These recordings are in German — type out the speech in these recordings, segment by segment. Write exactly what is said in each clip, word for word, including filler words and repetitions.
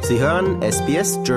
Sie hören S B S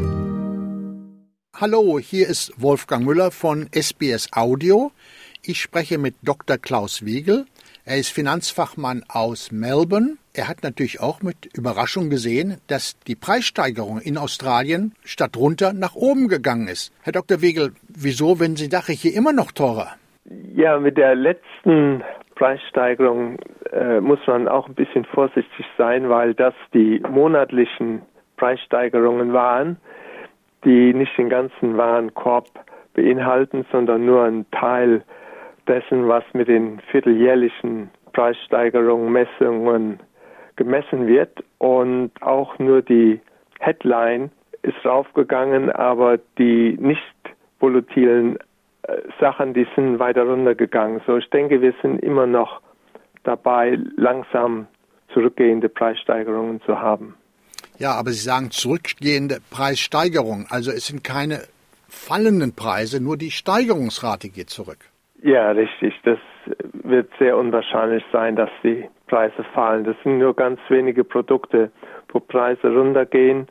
German. Hallo, hier ist Wolfgang Müller von S B S Audio. Ich spreche mit Doktor Klaus Wiegel. Er ist Finanzfachmann aus Melbourne. Er hat natürlich auch mit Überraschung gesehen, dass die Preissteigerung in Australien statt runter nach oben gegangen ist. Herr Doktor Wiegel, wieso werden die Sache hier immer noch teurer? Ja, mit der letzten Preissteigerung äh, muss man auch ein bisschen vorsichtig sein, weil das die monatlichen Preissteigerungen waren, die nicht den ganzen Warenkorb beinhalten, sondern nur einen Teil dessen, was mit den vierteljährlichen Preissteigerungen, Messungen gemessen wird. Und auch nur die Headline ist raufgegangen, aber die nicht volatilen äh, Sachen, die sind weiter runtergegangen. So, ich denke, wir sind immer noch dabei, langsam zurückgehende Preissteigerungen zu haben. Ja, aber Sie sagen zurückgehende Preissteigerung. Also es sind keine fallenden Preise, nur die Steigerungsrate geht zurück. Ja, richtig. Das wird sehr unwahrscheinlich sein, dass die Preise fallen. Das sind nur ganz wenige Produkte, wo Preise runtergehen.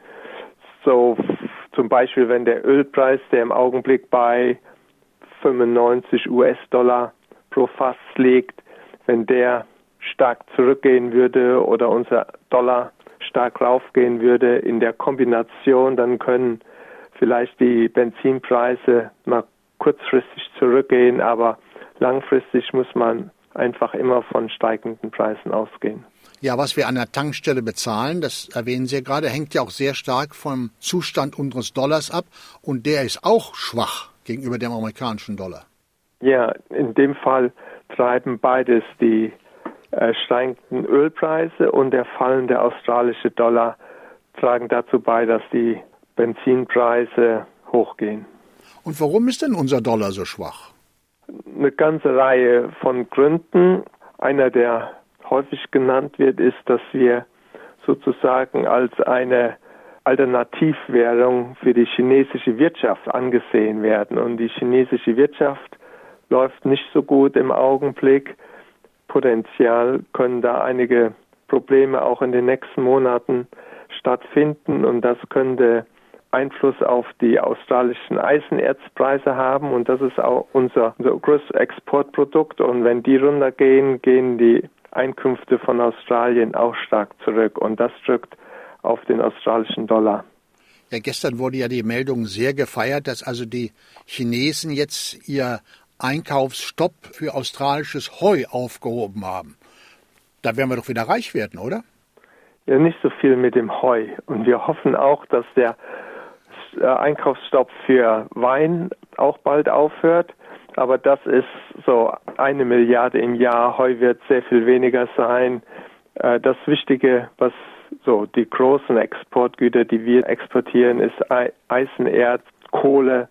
So zum Beispiel, wenn der Ölpreis, der im Augenblick bei fünfundneunzig US-Dollar pro Fass liegt, wenn der stark zurückgehen würde oder unser Dollar stark raufgehen würde in der Kombination, dann können vielleicht die Benzinpreise mal kurzfristig zurückgehen, aber langfristig muss man einfach immer von steigenden Preisen ausgehen. Ja, was wir an der Tankstelle bezahlen, das erwähnen Sie ja gerade, hängt ja auch sehr stark vom Zustand unseres Dollars ab und der ist auch schwach gegenüber dem amerikanischen Dollar. Ja, in dem Fall treiben beides die äh, steigenden Ölpreise und der fallende australische Dollar tragen dazu bei, dass die Benzinpreise hochgehen. Und warum ist denn unser Dollar so schwach? Eine ganze Reihe von Gründen. Einer, der häufig genannt wird, ist, dass wir sozusagen als eine Alternativwährung für die chinesische Wirtschaft angesehen werden. Und die chinesische Wirtschaft läuft nicht so gut im Augenblick. Potenziell können da einige Probleme auch in den nächsten Monaten stattfinden und das könnte Einfluss auf die australischen Eisenerzpreise haben und das ist auch unser, unser größtes Exportprodukt und wenn die runtergehen, gehen die Einkünfte von Australien auch stark zurück und das drückt auf den australischen Dollar. Ja, gestern wurde ja die Meldung sehr gefeiert, dass also die Chinesen jetzt ihr Einkaufsstopp für australisches Heu aufgehoben haben. Da werden wir doch wieder reich werden, oder? Ja, nicht so viel mit dem Heu. Und wir hoffen auch, dass der Einkaufsstopp für Wein auch bald aufhört. Aber das ist so eine Milliarde im Jahr. Heu wird sehr viel weniger sein. Das Wichtige, was so die großen Exportgüter, die wir exportieren, ist Eisenerz, Kohle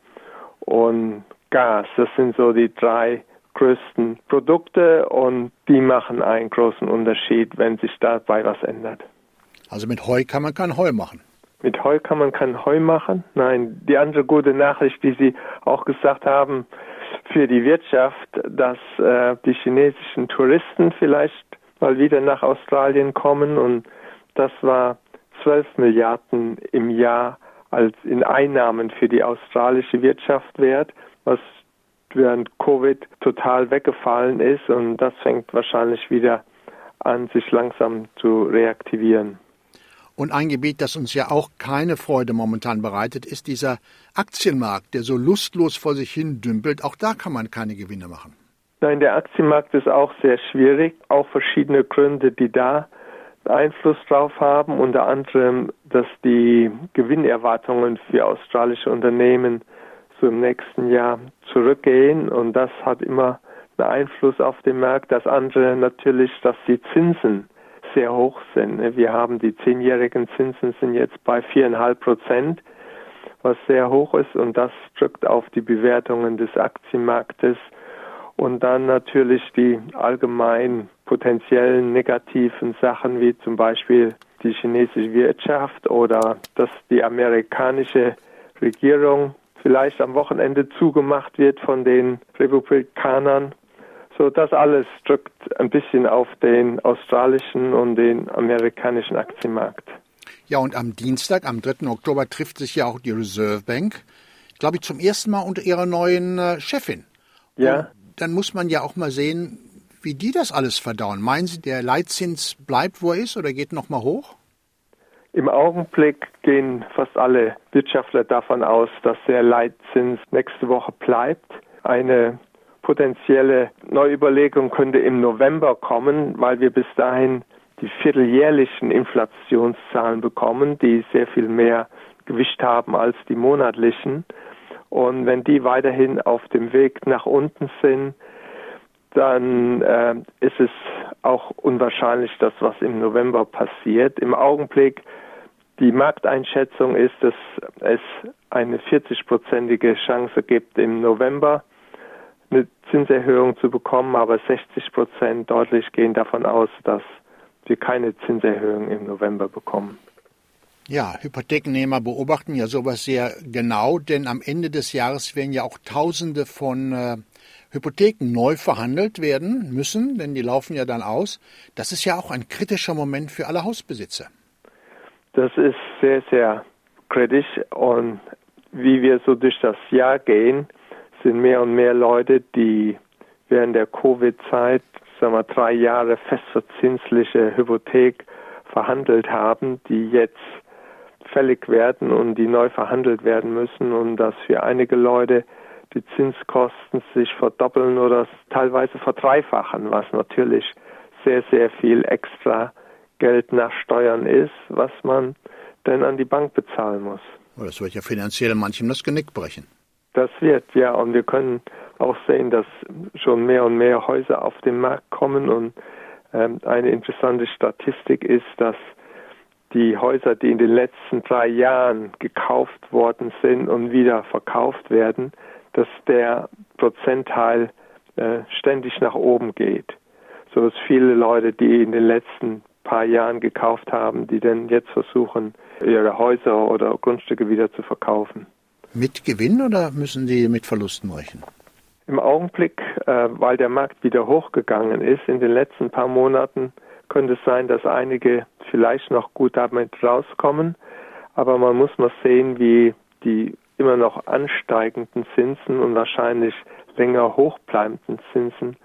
und Gas. Das sind so die drei größten Produkte und die machen einen großen Unterschied, wenn sich dabei was ändert. Also mit Heu kann man kein Heu machen? Mit Heu kann man kein Heu machen? Nein, die andere gute Nachricht, die Sie auch gesagt haben, für die Wirtschaft, dass äh, die chinesischen Touristen vielleicht mal wieder nach Australien kommen und das war zwölf Milliarden im Jahr als in Einnahmen für die australische Wirtschaft wert, was während Covid total weggefallen ist und das fängt wahrscheinlich wieder an, sich langsam zu reaktivieren. Und ein Gebiet, das uns ja auch keine Freude momentan bereitet, ist dieser Aktienmarkt, der so lustlos vor sich hin dümpelt. Auch da kann man keine Gewinne machen. Nein, der Aktienmarkt ist auch sehr schwierig. Auch verschiedene Gründe, die da Einfluss drauf haben. Unter anderem, dass die Gewinnerwartungen für australische Unternehmen so im nächsten Jahr zurückgehen. Und das hat immer einen Einfluss auf den Markt. Das andere natürlich, dass die Zinsen sehr hoch sind. Wir haben die zehnjährigen Zinsen sind jetzt bei viereinhalb Prozent, was sehr hoch ist und das drückt auf die Bewertungen des Aktienmarktes und dann natürlich die allgemein potenziellen negativen Sachen wie zum Beispiel die chinesische Wirtschaft oder dass die amerikanische Regierung vielleicht am Wochenende zugemacht wird von den Republikanern. So, das alles drückt ein bisschen auf den australischen und den amerikanischen Aktienmarkt. Ja, und am Dienstag, am dritten Oktober, trifft sich ja auch die Reserve Bank, glaube ich, zum ersten Mal unter ihrer neuen äh, Chefin. Ja. Und dann muss man ja auch mal sehen, wie die das alles verdauen. Meinen Sie, der Leitzins bleibt, wo er ist, oder geht noch mal hoch? Im Augenblick gehen fast alle Wirtschaftler davon aus, dass der Leitzins nächste Woche bleibt. Eine potenzielle Neuüberlegung könnte im November kommen, weil wir bis dahin die vierteljährlichen Inflationszahlen bekommen, die sehr viel mehr Gewicht haben als die monatlichen. Und wenn die weiterhin auf dem Weg nach unten sind, dann äh, ist es auch unwahrscheinlich, dass was im November passiert. Im Augenblick, die Markteinschätzung ist, dass es eine vierzig-prozentige Chance gibt, im November eine Zinserhöhung zu bekommen, aber sechzig Prozent deutlich gehen davon aus, dass wir keine Zinserhöhung im November bekommen. Ja, Hypothekennehmer beobachten ja sowas sehr genau, denn am Ende des Jahres werden ja auch Tausende von äh, Hypotheken neu verhandelt werden müssen, denn die laufen ja dann aus. Das ist ja auch ein kritischer Moment für alle Hausbesitzer. Das ist sehr, sehr kritisch, und wie wir so durch das Jahr gehen, sind mehr und mehr Leute, die während der Covid-Zeit, sagen wir, drei Jahre festverzinsliche Hypothek verhandelt haben, die jetzt fällig werden und die neu verhandelt werden müssen, und dass für einige Leute die Zinskosten sich verdoppeln oder teilweise verdreifachen, was natürlich sehr, sehr viel extra Geld nach Steuern ist, was man dann an die Bank bezahlen muss. Das wird ja finanziell manchem das Genick brechen. Das wird, ja, und wir können auch sehen, dass schon mehr und mehr Häuser auf den Markt kommen, und ähm, eine interessante Statistik ist, dass die Häuser, die in den letzten drei Jahren gekauft worden sind und wieder verkauft werden, dass der Prozentteil äh, ständig nach oben geht. So dass viele Leute, die in den letzten paar Jahren gekauft haben, die dann jetzt versuchen, ihre Häuser oder Grundstücke wieder zu verkaufen. Mit Gewinn oder müssen die mit Verlusten rechnen? Im Augenblick, äh, weil der Markt wieder hochgegangen ist, in den letzten paar Monaten, könnte es sein, dass einige vielleicht noch gut damit rauskommen, aber man muss mal sehen, wie die immer noch ansteigenden Zinsen und wahrscheinlich länger hochbleibenden Zinsen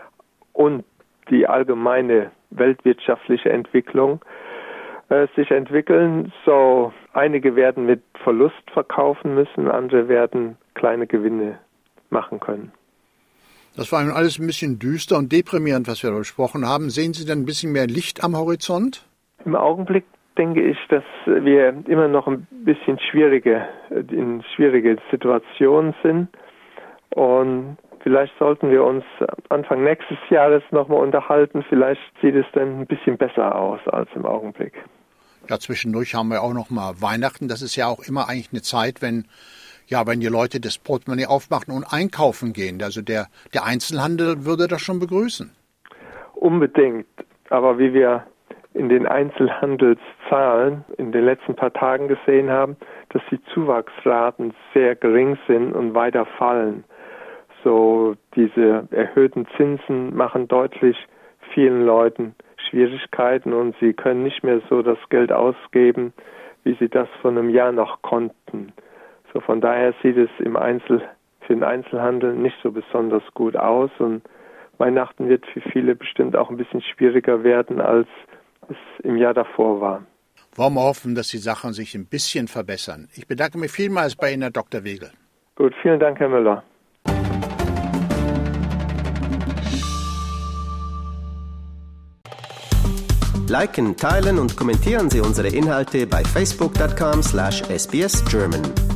und die allgemeine weltwirtschaftliche Entwicklung äh, sich entwickeln. So, einige werden mit Verlust verkaufen müssen, andere werden kleine Gewinne machen können. Das war nun alles ein bisschen düster und deprimierend, was wir da besprochen haben. Sehen Sie denn ein bisschen mehr Licht am Horizont? Im Augenblick denke ich, dass wir immer noch ein bisschen schwierige, in schwierige Situationen sind. Und vielleicht sollten wir uns Anfang nächstes Jahres nochmal unterhalten. Vielleicht sieht es dann ein bisschen besser aus als im Augenblick. Ja, zwischendurch haben wir auch noch mal Weihnachten. Das ist ja auch immer eigentlich eine Zeit, wenn ja, wenn die Leute das Portemonnaie aufmachen und einkaufen gehen. Also der, der Einzelhandel würde das schon begrüßen. Unbedingt. Aber wie wir in den Einzelhandelszahlen in den letzten paar Tagen gesehen haben, dass die Zuwachsraten sehr gering sind und weiter fallen. So, diese erhöhten Zinsen machen deutlich vielen Leuten Schwierigkeiten, und sie können nicht mehr so das Geld ausgeben, wie sie das vor einem Jahr noch konnten. So, von daher sieht es im Einzel, für den Einzelhandel nicht so besonders gut aus, und Weihnachten wird für viele bestimmt auch ein bisschen schwieriger werden, als es im Jahr davor war. Wollen wir hoffen, dass die Sachen sich ein bisschen verbessern. Ich bedanke mich vielmals bei Ihnen, Herr Doktor Wegel. Gut, vielen Dank, Herr Müller. Liken, teilen und kommentieren Sie unsere Inhalte bei facebook punkt com slash S B S German.